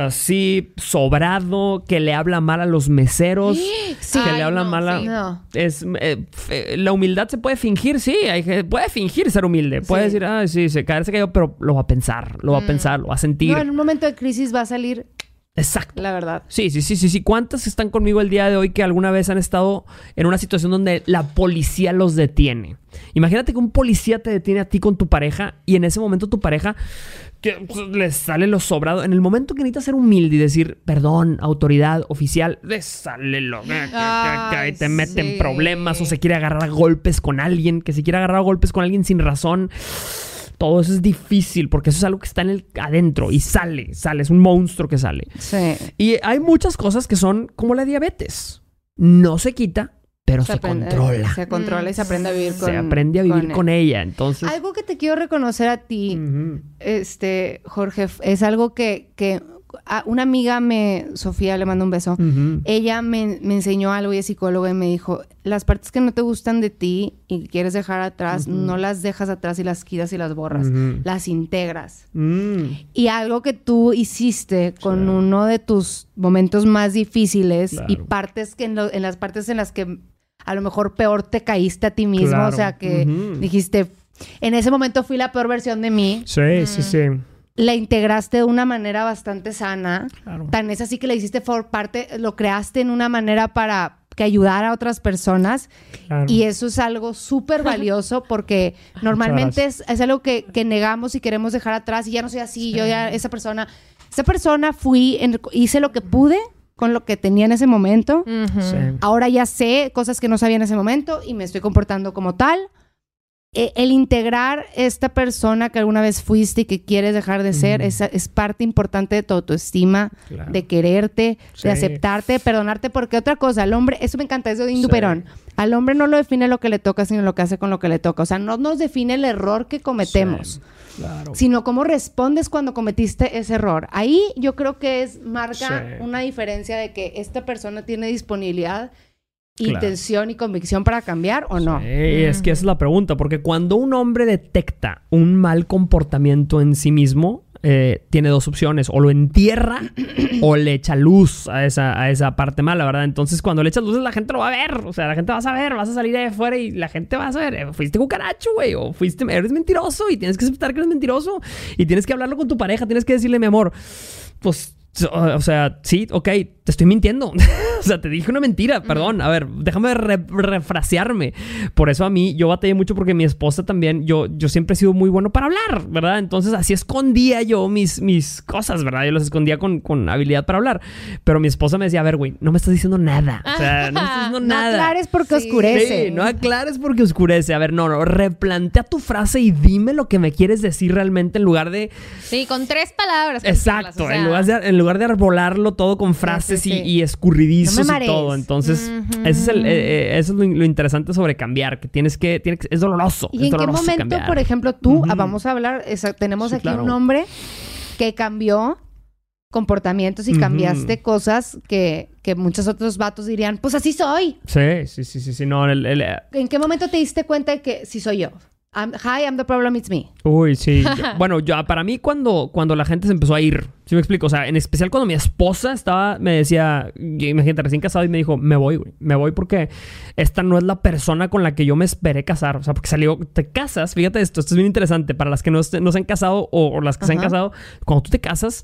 así, sobrado, que le habla mal a los meseros, Sí. que le Ay, habla no, mal a... sí. No. Es, eh, f- la humildad se puede fingir, sí. Hay, que- puede fingir ser humilde. Puede Sí. decir, ah, sí, se caerse cayó, pero lo va a pensar, lo va a pensar, lo va a sentir. No, en un momento de crisis va a salir Exacto. la verdad. Sí, sí, sí, sí, sí. ¿Cuántas están conmigo el día de hoy que alguna vez han estado en una situación donde la policía los detiene? Imagínate que un policía te detiene a ti con tu pareja y en ese momento tu pareja que pues, les sale lo sobrado. En el momento que necesitas ser humilde y decir, perdón, autoridad, oficial, les sale lo... Ay, y te meten sí. problemas o se quiere agarrar a golpes con alguien, que se quiere agarrar a golpes con alguien sin razón. Todo eso es difícil porque eso es algo que está en el adentro y sale, sale, es un monstruo que sale. Sí. Y hay muchas cosas que son como la diabetes. No se quita, pero se, aprende- controla. Se controla y se aprende a vivir con Se aprende a vivir con, él. ella. Entonces... Algo que te quiero reconocer a ti, Ujú. este, Jorge, es algo que, que a una amiga me, Sofía, le mando un beso. Ujú. Ella me, me enseñó algo y es psicóloga y me dijo, las partes que no te gustan de ti y que quieres dejar atrás, no las dejas atrás y las quitas y las borras, Ujú. las integras. Mm. Y algo que tú hiciste con Sí. uno de tus momentos más difíciles Claro. y partes que en, lo- en las partes en las que a lo mejor peor te caíste a ti mismo, Claro. o sea que Ujú. dijiste, en ese momento fui la peor versión de mí, Sí, sí, sí. la integraste de una manera bastante sana. Claro. Tan es así que le hiciste por parte, lo creaste en una manera para que ayudara a otras personas. Claro. Y eso es algo súper valioso porque normalmente es, es algo que, que negamos y queremos dejar atrás y ya no soy así, yo ya, esa persona, esa persona fui, en- hice lo que pude con lo que tenía en ese momento. Ujú. Sí. Ahora ya sé cosas que no sabía en ese momento y me estoy comportando como tal. Eh, el integrar esta persona que alguna vez fuiste y que quieres dejar de ser Ujú. es, es parte importante de tu autoestima, Claro. de quererte, Sí. de aceptarte, de perdonarte, porque otra cosa, al hombre, eso me encanta, eso de Indu Sí. Perón, al hombre no lo define lo que le toca, sino lo que hace con lo que le toca. O sea, no nos define el error que cometemos, Sí, claro. sino cómo respondes cuando cometiste ese error. Ahí yo creo que es marca Sí. una diferencia de que esta persona tiene disponibilidad Claro. intención y convicción para cambiar o no. Sí, es que esa es la pregunta, porque cuando un hombre detecta un mal comportamiento en sí mismo, eh, tiene dos opciones: o lo entierra o le echa luz a esa, a esa parte mala, ¿verdad? Entonces, cuando le echas luz, la gente lo va a ver. O sea, la gente va a saber, vas a salir de afuera y la gente va a saber, eh, fuiste cucaracho, güey, o fuiste, eres mentiroso y tienes que aceptar que eres mentiroso y tienes que hablarlo con tu pareja, tienes que decirle, mi amor, pues... O sea, sí, ok, te estoy mintiendo. O sea, te dije una mentira, perdón. A ver, déjame re refrasearme. Por eso a mí, yo batallé mucho porque mi esposa también, yo, yo siempre he sido muy bueno para hablar, ¿verdad? Entonces así escondía yo mis, mis cosas, ¿verdad? Yo las escondía con, con habilidad para hablar. Pero mi esposa me decía, a ver, güey, no me estás diciendo nada. O sea, no me estás diciendo No nada. aclares porque Sí. oscurece. Sí, no aclares porque oscurece. A ver, no, no, replantea tu frase y dime lo que me quieres decir realmente en lugar de... Sí, con tres palabras. Exacto, o sea. en, lugar de, en lugar de arbolarlo todo con frases sí, sí. Y, y escurridizos No me y marees. todo. Entonces, Ujú. ese es, el, eh, eh, eso es lo, lo interesante sobre cambiar, que tienes que, tiene que es doloroso. ¿Y es en qué doloroso momento, cambiar. por ejemplo, tú, Ujú. ah, vamos a hablar, esa- tenemos Sí, aquí claro. un hombre que cambió comportamientos y Ujú. cambiaste cosas que, que muchos otros vatos dirían, pues así soy. Sí, sí, sí, sí, sí. No, el, el, eh, ¿En qué momento te diste cuenta de que sí soy yo? I'm- hi, I'm the problem, it's me. Uy, sí. Yo- bueno, yo, para mí cuando, cuando la gente se empezó a ir, ¿sí me explico? O sea, en especial cuando mi esposa estaba, me decía, imagínate, recién casado y me dijo, me voy, güey. Me voy porque esta no es la persona con la que yo me esperé casar. O sea, porque salió, te casas, fíjate esto, esto es bien interesante. Para las que no, est- no se han casado o, o las que se han Ajá. casado, cuando tú te casas,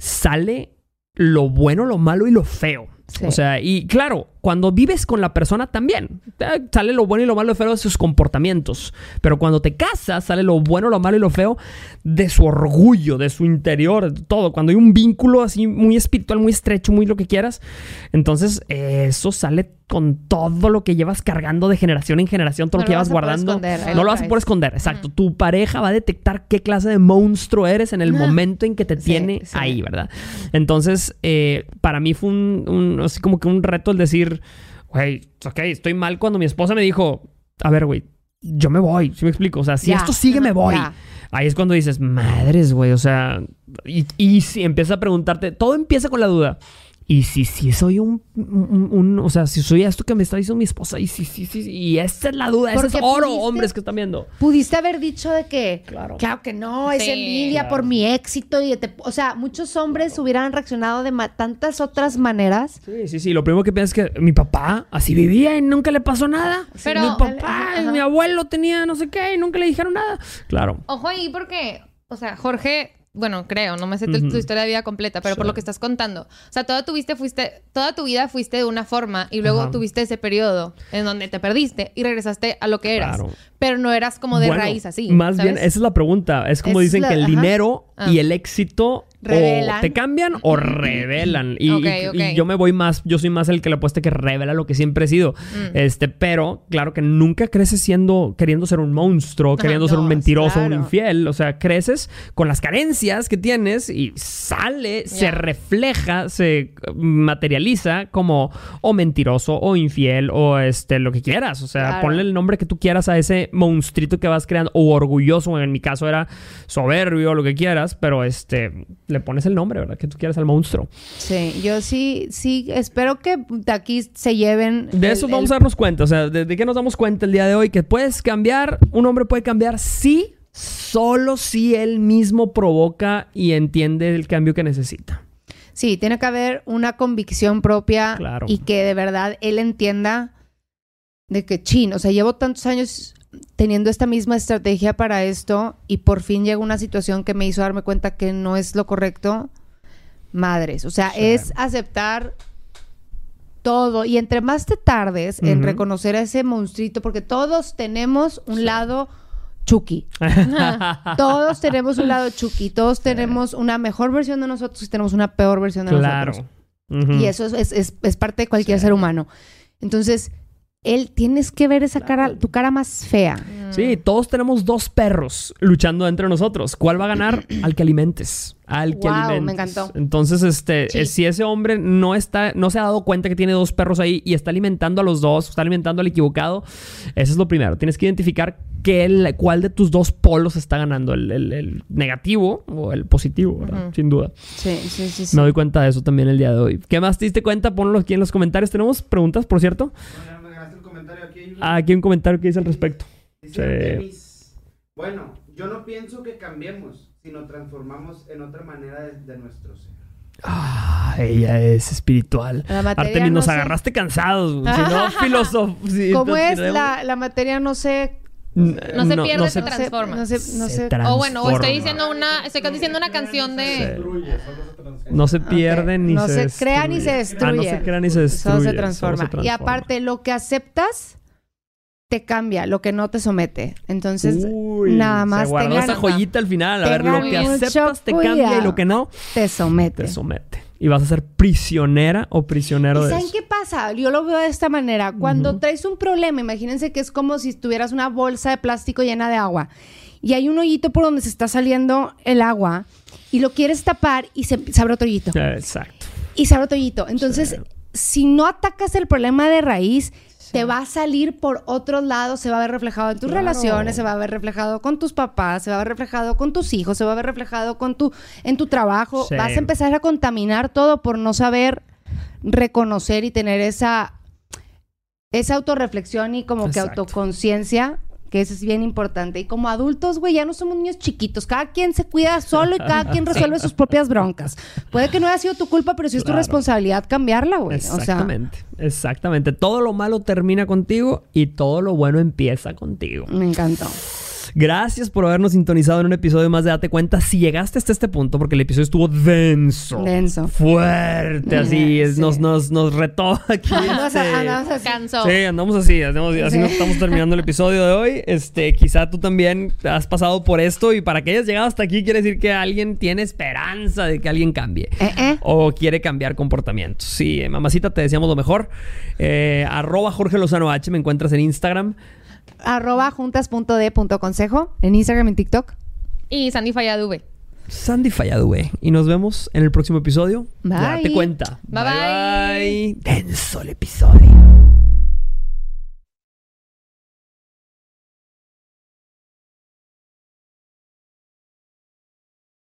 sale lo bueno, lo malo y lo feo. Sí. O sea, y claro, cuando vives con la persona también, eh, sale lo bueno y lo malo y lo feo de sus comportamientos. Pero cuando te casas, sale lo bueno, lo malo y lo feo de su orgullo, de su interior, de todo. Cuando hay un vínculo así muy espiritual, muy estrecho, muy lo que quieras, entonces eh, eso sale con todo lo que llevas cargando de generación en generación, todo No lo que lo llevas vas a poder guardando. esconder, ahí No lo lo vas a traes. poder esconder, exacto. Tu pareja va a detectar qué clase de monstruo eres en el Ajá. momento en que te Sí, tiene sí. ahí, ¿verdad? Entonces, eh, para mí fue un, un- así como que un reto el decir, güey, ok, estoy mal cuando mi esposa me dijo, a ver, güey, yo me voy, ¿sí me explico? O sea, si Ya. esto sigue, me voy. Ya. Ahí es cuando dices, madres, güey, o sea, y, y si empiezas a preguntarte, todo empieza con la duda. Y si, si soy un, un, un- o sea, si soy esto que me está diciendo mi esposa, y si, si, si, y esa es la duda, ese es Porque oro, pudiste- hombres que están viendo. Pudiste haber dicho de que, Claro. claro que no, es Sí, envidia claro. por mi éxito. y te- O sea, muchos hombres hubieran reaccionado de ma- tantas otras maneras. Sí, sí, sí. Lo primero que piensas es que mi papá así vivía y nunca le pasó nada. Pero- mi papá, Ajá, ajá. mi abuelo tenía no sé qué y nunca le dijeron nada. Claro. Ojo ahí porque, o sea, Jorge, bueno, creo, no me sé tu, Ujú. tu historia de vida completa, pero por Sí. lo que estás contando. O sea, toda tu, viste, fuiste, toda tu vida fuiste de una forma y luego Ajá. tuviste ese periodo en donde te perdiste y regresaste a lo que eras. Claro. Pero no eras como de Bueno, raíz así. Más ¿sabes? bien, esa es la pregunta. Es como Esa es dicen la- que el ajá. dinero Ah. y el éxito Revelan. o te cambian o revelan. Y, Ok, y- ok. y yo me voy más, yo soy más el que le apuesta que revela lo que siempre he sido. Mm. Este, pero claro que nunca creces siendo, queriendo ser un monstruo, Ajá, queriendo ser no, un mentiroso, un claro. infiel. O sea, creces con las carencias que tienes y sale, se Ya. refleja, se materializa como o mentiroso o infiel o este, lo que quieras. O sea, Claro. ponle el nombre que tú quieras a ese monstruito que vas creando, o orgulloso, en mi caso era soberbio, lo que quieras, pero este, le pones el nombre, ¿verdad? Que tú quieras al monstruo. Sí, yo sí, sí, espero que de aquí se lleven. De el- eso vamos el- a darnos cuenta, o sea, ¿de, de qué nos damos cuenta el día de hoy? Que puedes cambiar, un hombre puede cambiar, sí, solo si él mismo provoca y entiende el cambio que necesita. Sí, tiene que haber una convicción propia Claro. y que de verdad él entienda de que chin, o sea, llevo tantos años teniendo esta misma estrategia para esto y por fin llegó una situación que me hizo darme cuenta que no es lo correcto. Madres, o sea, Sí. es aceptar todo y entre más te tardes en Ujú. reconocer a ese monstruito, porque todos tenemos un lado Chucky. Todos tenemos un lado Chucky, todos tenemos una mejor versión de nosotros y tenemos una peor versión de Claro. nosotros. Ujú. Y eso es, es- es- es parte de cualquier Sí. ser humano. Entonces, él tienes que ver esa cara, tu cara más fea. Sí, todos tenemos dos perros luchando entre nosotros. ¿Cuál va a ganar? Al que alimentes. Al que Wow, alimentes. me encantó. Entonces, este, Sí. eh, si ese hombre no está, no se ha dado cuenta que tiene dos perros ahí y está alimentando a los dos, está alimentando al equivocado, eso es lo primero. Tienes que identificar qué el- cuál de tus dos polos está ganando, el, el- el negativo o el positivo, ¿verdad? Ujú. Sin duda. Sí, sí, sí. sí. Me doy cuenta de eso también el día de hoy. ¿Qué más te diste cuenta? Ponlo aquí en los comentarios. ¿Tenemos preguntas, por cierto? Hola, comentario aquí. Ah, aquí hay un comentario que dice al respecto. Dice Sí. Artemis, bueno, yo no pienso que cambiemos, sino transformamos en otra manera de, de nuestro ser. Ah, ella es espiritual. La materia Artemis, no nos sé. agarraste cansados. Si no, filósofo. Si ¿Cómo nos es? tiremos- La, la materia no se... No se pierde, se no se- transforma. No se, no Se se- tra- O bueno, o estoy transforma. diciendo una, estoy diciendo una canción de... Destruye, solo se transforma. No se pierde Ok. ni No se, se crea ni se destruye. Ah, no destruye. se crea ni se destruye. Solo se transforma. solo se Y transforma. aparte, lo que aceptas te cambia, lo que no te somete. Entonces, Uy, nada más se guardó tengan- esa joyita al final. A ver, lo tengan que mucho aceptas te cambia y cuidado. lo que no te somete. te somete. Y vas a ser prisionera o prisionero ¿Y de saben eso. qué pasa? Yo lo veo de esta manera. Cuando Ujú. traes un problema, imagínense que es como si tuvieras una bolsa de plástico llena de agua y hay un hoyito por donde se está saliendo el agua y lo quieres tapar y se, se abre otro hoyito. Eh, Exacto. Y se abre otro hoyito. Entonces, Sí. si no atacas el problema de raíz, te va a salir por otros lados, se va a ver reflejado en tus Claro. relaciones, se va a ver reflejado con tus papás, se va a ver reflejado con tus hijos, se va a ver reflejado con tu, en tu trabajo. Sí. Vas a empezar a contaminar todo por no saber reconocer y tener esa, esa autorreflexión y como que Exacto. autoconciencia, que eso es bien importante. Y como adultos, güey, ya no somos niños chiquitos. Cada quien se cuida solo y cada quien resuelve sus propias broncas. Puede que no haya sido tu culpa, pero sí es tu Claro. responsabilidad cambiarla, güey. O sea, Exactamente. Exactamente. Todo lo malo termina contigo y todo lo bueno empieza contigo. me encantó. Gracias por habernos sintonizado en un episodio más de Date Cuenta. Si llegaste hasta este punto, porque el episodio estuvo denso. Denso. Fuerte, así. es- Sí. Nos, nos, nos retó aquí. Andamos, este- andamos así. Cansó. Sí, andamos así, andamos- así Sí. nos estamos terminando el episodio de hoy. Este, quizá tú también has pasado por esto y para que hayas llegado hasta aquí quiere decir que alguien tiene esperanza de que alguien cambie. Eh, eh. O quiere cambiar comportamientos. Sí, eh, mamacita, te deseamos lo mejor. Eh, arroba Jorge Lozano H, me encuentras en Instagram. Arroba juntas.d.consejo en Instagram y en TikTok. Y Sandy Falladube. Sandy Falladue. Y nos vemos en el próximo episodio. Bye. Date Cuenta. Bye, bye. bye. Denso el episodio.